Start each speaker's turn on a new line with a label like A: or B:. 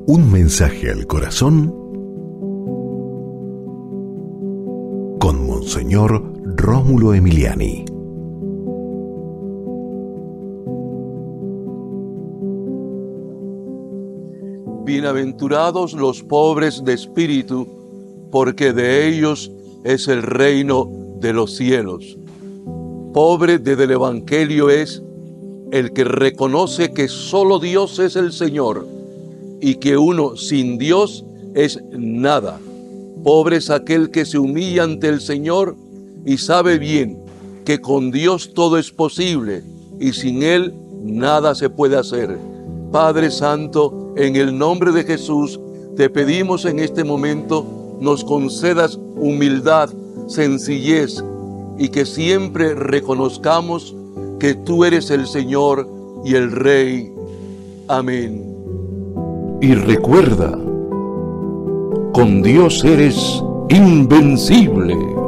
A: Un mensaje al corazón con Monseñor Rómulo Emiliani.
B: Bienaventurados los pobres de espíritu, porque de ellos es el reino de los cielos. Pobre desde el Evangelio es el que reconoce que solo Dios es el Señor y que uno sin Dios es nada. Pobre es aquel que se humilla ante el Señor y sabe bien que con Dios todo es posible y sin Él nada se puede hacer. Padre Santo, en el nombre de Jesús, te pedimos en este momento nos concedas humildad, sencillez y que siempre reconozcamos que tú eres el Señor y el Rey. Amén.
C: Y recuerda, con Dios eres invencible.